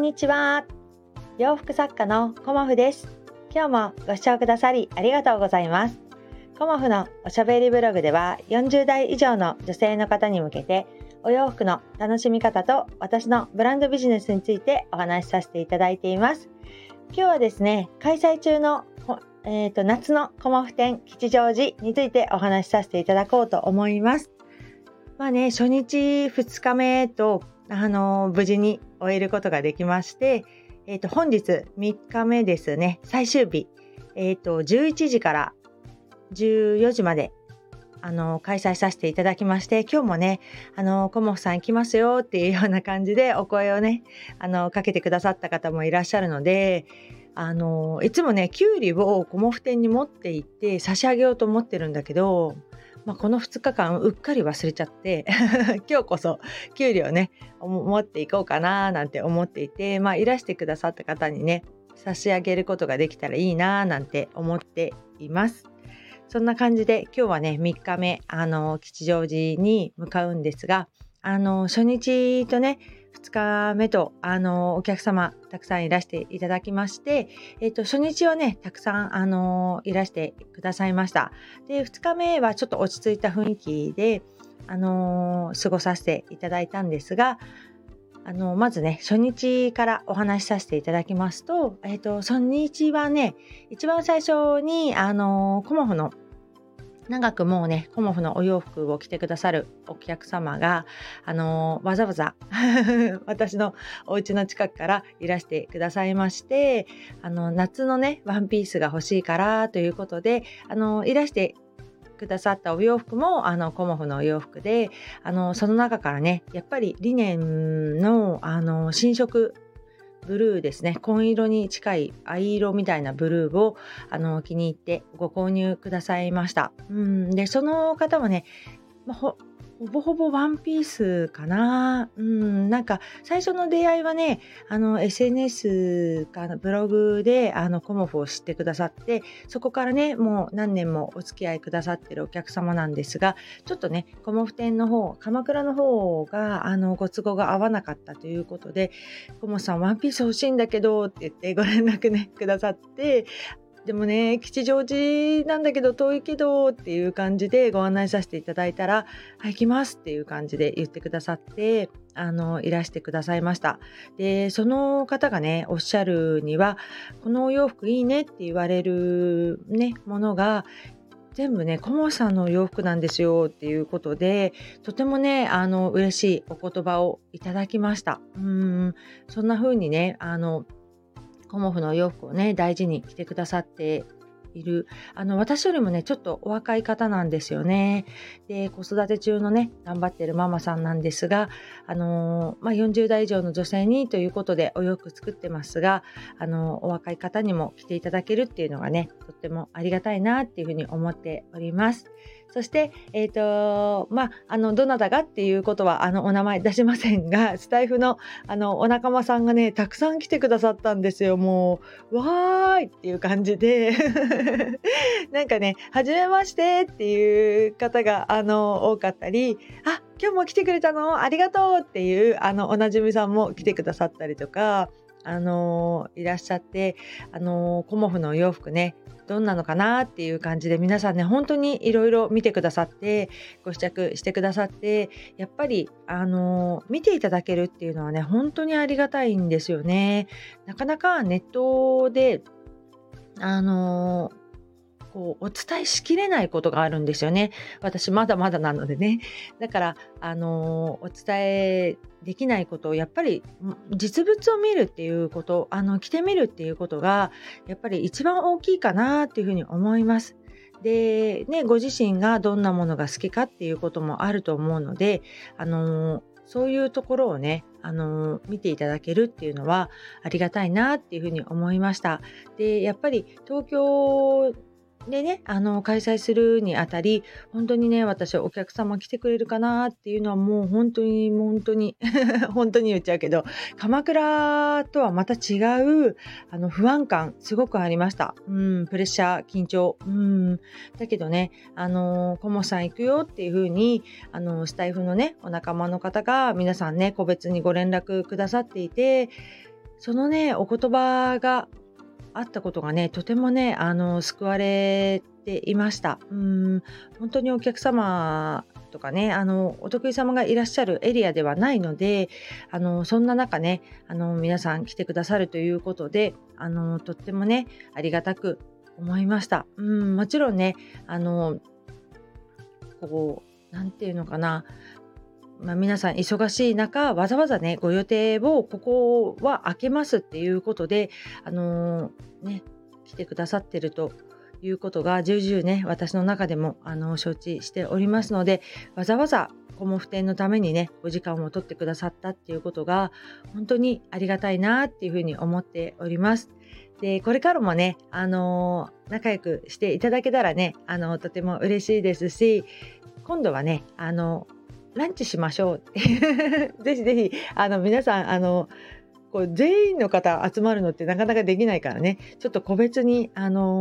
にちは。洋服作家のコモフです。今日もご視聴くださりありがとうございます。コモフのおしゃべりブログでは40代以上の女性の方に向けてお洋服の楽しみ方と私のブランドビジネスについてお話しさせていただいています。今日はですね、開催中の夏のコモフ展吉祥寺についてお話しさせていただこうと思います。初日2日目と無事に終えることができまして、本日3日目ですね、最終日、11時から14時まで開催させていただきまして、今日もねコモフさん行きますよっていうような感じでお声をねかけてくださった方もいらっしゃるので、いつもねキュウリをコモフ店に持って行って差し上げようと思ってるんだけど、この2日間うっかり忘れちゃって今日こそキュウリをね持っていこうかななんて思っていて、いらしてくださった方にね差し上げることができたらいいななんて思っています。そんな感じで今日はね3日目吉祥寺に向かうんですが、初日とね2日目とお客様たくさんいらしていただきまして、初日はねたくさんいらしてくださいました。で2日目はちょっと落ち着いた雰囲気で過ごさせていただいたんですが、まずね初日からお話しさせていただきますと、初日はね一番最初にコモフの長くもうねコモフのお洋服を着てくださるお客様がわざわざ私のお家の近くからいらしてくださいまして、夏のねワンピースが欲しいからということでいらしてくださったお洋服もコモフのお洋服で、その中からねやっぱりリネンの新色ブルーですね、紺色に近い藍色みたいなブルーを気に入ってご購入くださいました。でその方はね、ほぼほぼワンピースかな。なんか最初の出会いはねSNS かブログでコモフを知ってくださって、そこからねもう何年もお付き合いくださってるお客様なんですが、ちょっとねコモフ店の方鎌倉の方がご都合が合わなかったということで、コモフさんワンピース欲しいんだけどって言ってご連絡ねくださって、でもね吉祥寺なんだけど遠いけどっていう感じでご案内させていただいたら、行きますっていう感じで言ってくださっていらしてくださいました。でその方がねおっしゃるには、このお洋服いいねって言われるねものが全部ねコモさんのお洋服なんですよっていうことで、とてもね嬉しいお言葉をいただきました。そんな風にねコモフのお洋服をね大事に着てくださっている私よりもねちょっとお若い方なんですよね。で子育て中のね頑張ってるママさんなんですが、40代以上の女性にということでお洋服作ってますが、お若い方にも着ていただけるっていうのがねとってもありがたいなっていうふうに思っております。そしてどなたがっていうことはお名前出しませんが、スタイフのお仲間さんがねたくさん来てくださったんですよ。もうわーいっていう感じでなんかね初めましてっていう方が多かったり、今日も来てくれたのありがとうっていうおなじみさんも来てくださったりとかいらっしゃって、コモフのお洋服ねどんなのかなっていう感じで皆さんね本当にいろいろ見てくださってご試着してくださって、やっぱり見ていただけるっていうのはね本当にありがたいんですよね。なかなかネットでお伝えしきれないことがあるんですよね。私まだまだなのでね。だからお伝えできないことをやっぱり実物を見るっていうこと、着てみるっていうことがやっぱり一番大きいかなっていうふうに思います。でね、ご自身がどんなものが好きかっていうこともあると思うので、そういうところをね見ていただけるっていうのはありがたいなっていうふうに思いました。でやっぱり東京でね開催するにあたり本当にね私お客様来てくれるかなっていうのはもう本当に本当に本当に言っちゃうけど、鎌倉とはまた違う不安感すごくありました。プレッシャー緊張だけどねコモさん行くよっていう風にスタイフのねお仲間の方が皆さんね個別にご連絡くださっていて、 そのね、お言葉があったことがね、とてもね、救われていました。本当にお客様とかね、お得意様がいらっしゃるエリアではないので、そんな中ね、皆さん来てくださるということで、とってもね、ありがたく思いました。もちろんね、なんていうのかな、皆さん忙しい中、わざわざね、ご予定をここは空けますっていうことで、来てくださってるということが重々ね、私の中でも承知しておりますので、わざわざコモフ展のためにね、お時間を取ってくださったっていうことが、本当にありがたいなっていうふうに思っております。で、これからもね、仲良くしていただけたらね、とても嬉しいですし、今度はね、ランチしましょうぜひぜひ皆さん全員の方集まるのってなかなかできないからね、ちょっと個別に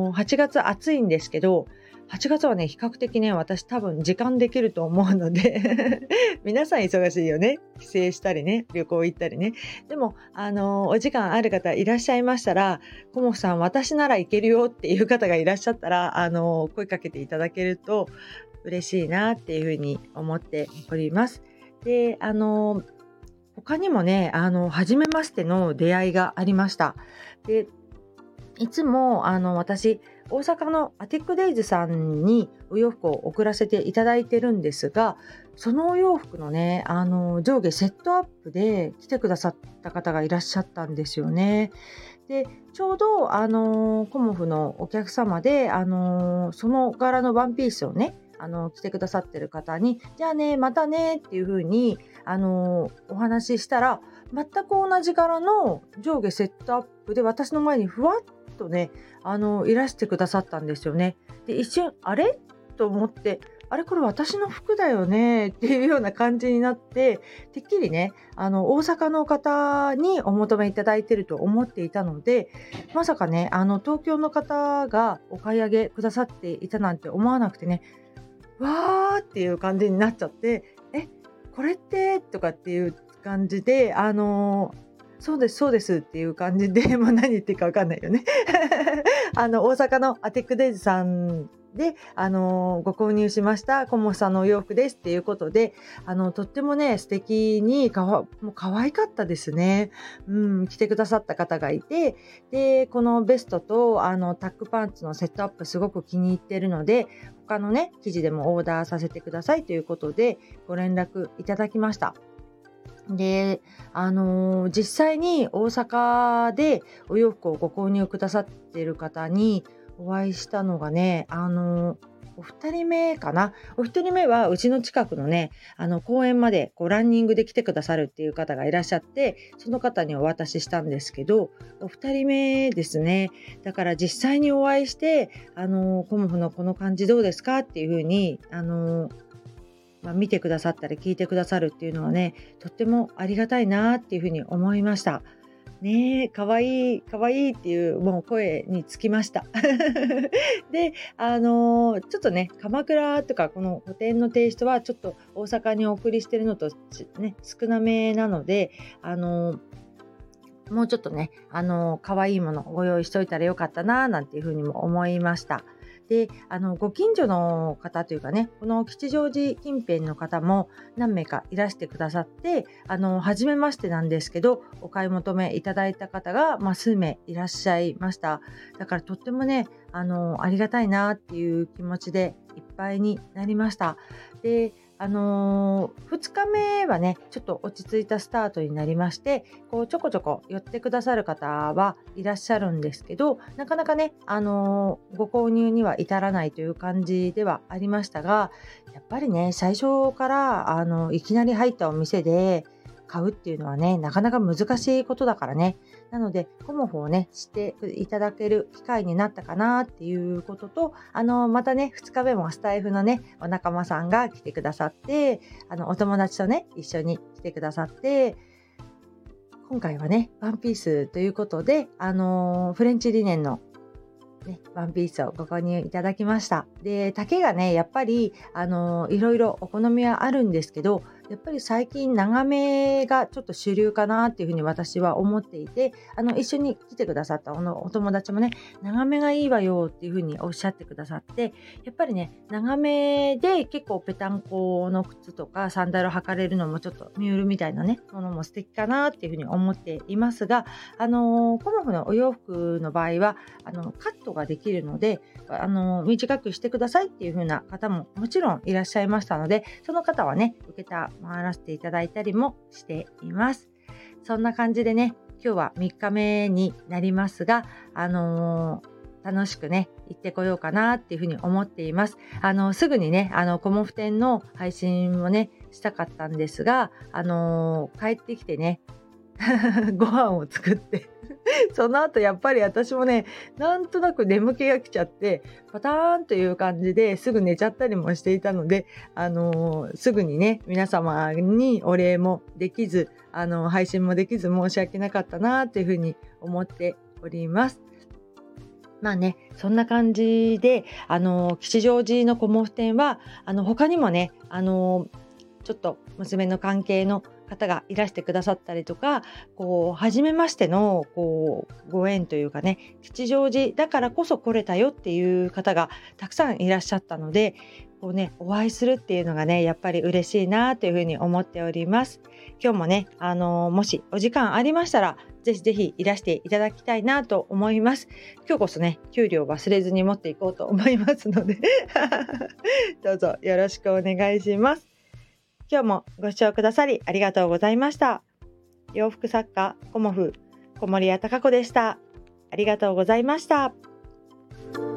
8月暑いんですけど、8月はね比較的ね、私多分時間できると思うので皆さん忙しいよね、帰省したりね、旅行行ったりね。でもお時間ある方いらっしゃいましたら、コモフさん私なら行けるよっていう方がいらっしゃったら声かけていただけると嬉しいなっていうふうに思っております。で、他にもね、初めましての出会いがありました。で、いつも私、大阪のアティックデイズさんにお洋服を送らせていただいてるんですが、そのお洋服のね、上下セットアップで来てくださった方がいらっしゃったんですよね。で、ちょうどコモフのお客様でその柄のワンピースをね、来てくださってる方に、じゃあね、またねっていう風にお話ししたら、全く同じ柄の上下セットアップで私の前にふわっとね、いらしてくださったんですよね。で、一瞬あれと思って、あれこれ私の服だよねっていうような感じになって、てっきりね、大阪の方にお求めいただいてると思っていたので、まさかね、東京の方がお買い上げくださっていたなんて思わなくてね、わーっていう感じになっちゃって、これってとかっていう感じで、そうですそうですっていう感じで、もう何言ってるかわかんないよね。大阪のアティックデイズさんで、ご購入しましたコモフさんのお洋服ですっていうことで、とってもね、素敵にもう可愛かったですね。来てくださった方がいて、で、このベストとタックパンツのセットアップすごく気に入ってるので、他のね、生地でもオーダーさせてくださいということでご連絡いただきました。で、実際に大阪でお洋服をご購入くださっている方にお会いしたのがね、お二人目かな。お一人目はうちの近くのね、公園までランニングで来てくださるっていう方がいらっしゃって、その方にお渡ししたんですけど、お二人目ですね。だから実際にお会いして、コモフのこの感じどうですかっていうふうに、見てくださったり聞いてくださるっていうのはね、とってもありがたいなっていうふうに思いました。ねえ、かわいい、かわいいっていうもう声につきました。で、ちょっとね、鎌倉とかこの個展のテイストはちょっと大阪にお送りしてるのとね、少なめなので、もうちょっとね、可愛いものをご用意しておいたらよかったななんていうふうにも思いました。で、ご近所の方というかね、この吉祥寺近辺の方も何名かいらしてくださって、初めましてなんですけど、お買い求めいただいた方が、数名いらっしゃいました。だからとってもね、ありがたいなっていう気持ちでいっぱいになりました。で、2日目はね、ちょっと落ち着いたスタートになりまして、ちょこちょこ寄ってくださる方はいらっしゃるんですけど、なかなかね、ご購入には至らないという感じではありましたが、やっぱりね、最初からいきなり入ったお店で買うっていうのはね、なかなか難しいことだからね。なので、コモフをね、知っていただける機会になったかなっていうことと、またね、2日目もスタイフのね、お仲間さんが来てくださって、お友達とね、一緒に来てくださって、今回はね、ワンピースということで、フレンチリネンのワンピースをご購入いただきました。で、丈がね、やっぱりいろいろお好みはあるんですけど、 やっぱり最近長めがちょっと主流かなっていうふうに私は思っていて、一緒に来てくださったお友達もね、長めがいいわよっていうふうにおっしゃってくださって、やっぱりね、長めで結構ぺたんこの靴とかサンダル履かれるのもちょっとミュールみたいなね、ものも素敵かなっていうふうに思っていますが、コモフのお洋服の場合は、カットができるので、短くしてくださいっていう風な方ももちろんいらっしゃいましたので、その方はね、受けたまわらせていただいたりもしています。そんな感じでね、今日は3日目になりますが、楽しくね、行ってこようかなっていうふうに思っています。すぐにね、コモフ展の配信もね、したかったんですが、帰ってきてね、ご飯を作ってその後やっぱり私もね、なんとなく眠気が来ちゃって、パターンという感じですぐ寝ちゃったりもしていたので、すぐにね、皆様にお礼もできず、配信もできず申し訳なかったなというふうに思っております。まあね、そんな感じで、吉祥寺のコモフ展は、他にもね、ちょっと娘の関係の方がいらしてくださったりとか、初めましてのご縁というかね、吉祥寺だからこそ来れたよっていう方がたくさんいらっしゃったので、お会いするっていうのがね、やっぱり嬉しいなというふうに思っております。今日もね、もしお時間ありましたら、ぜひぜひいらしていただきたいなと思います。今日こそね、給料忘れずに持っていこうと思いますのでどうぞよろしくお願いします。今日もご視聴くださりありがとうございました。洋服作家コモフ小森屋貴子でした。ありがとうございました。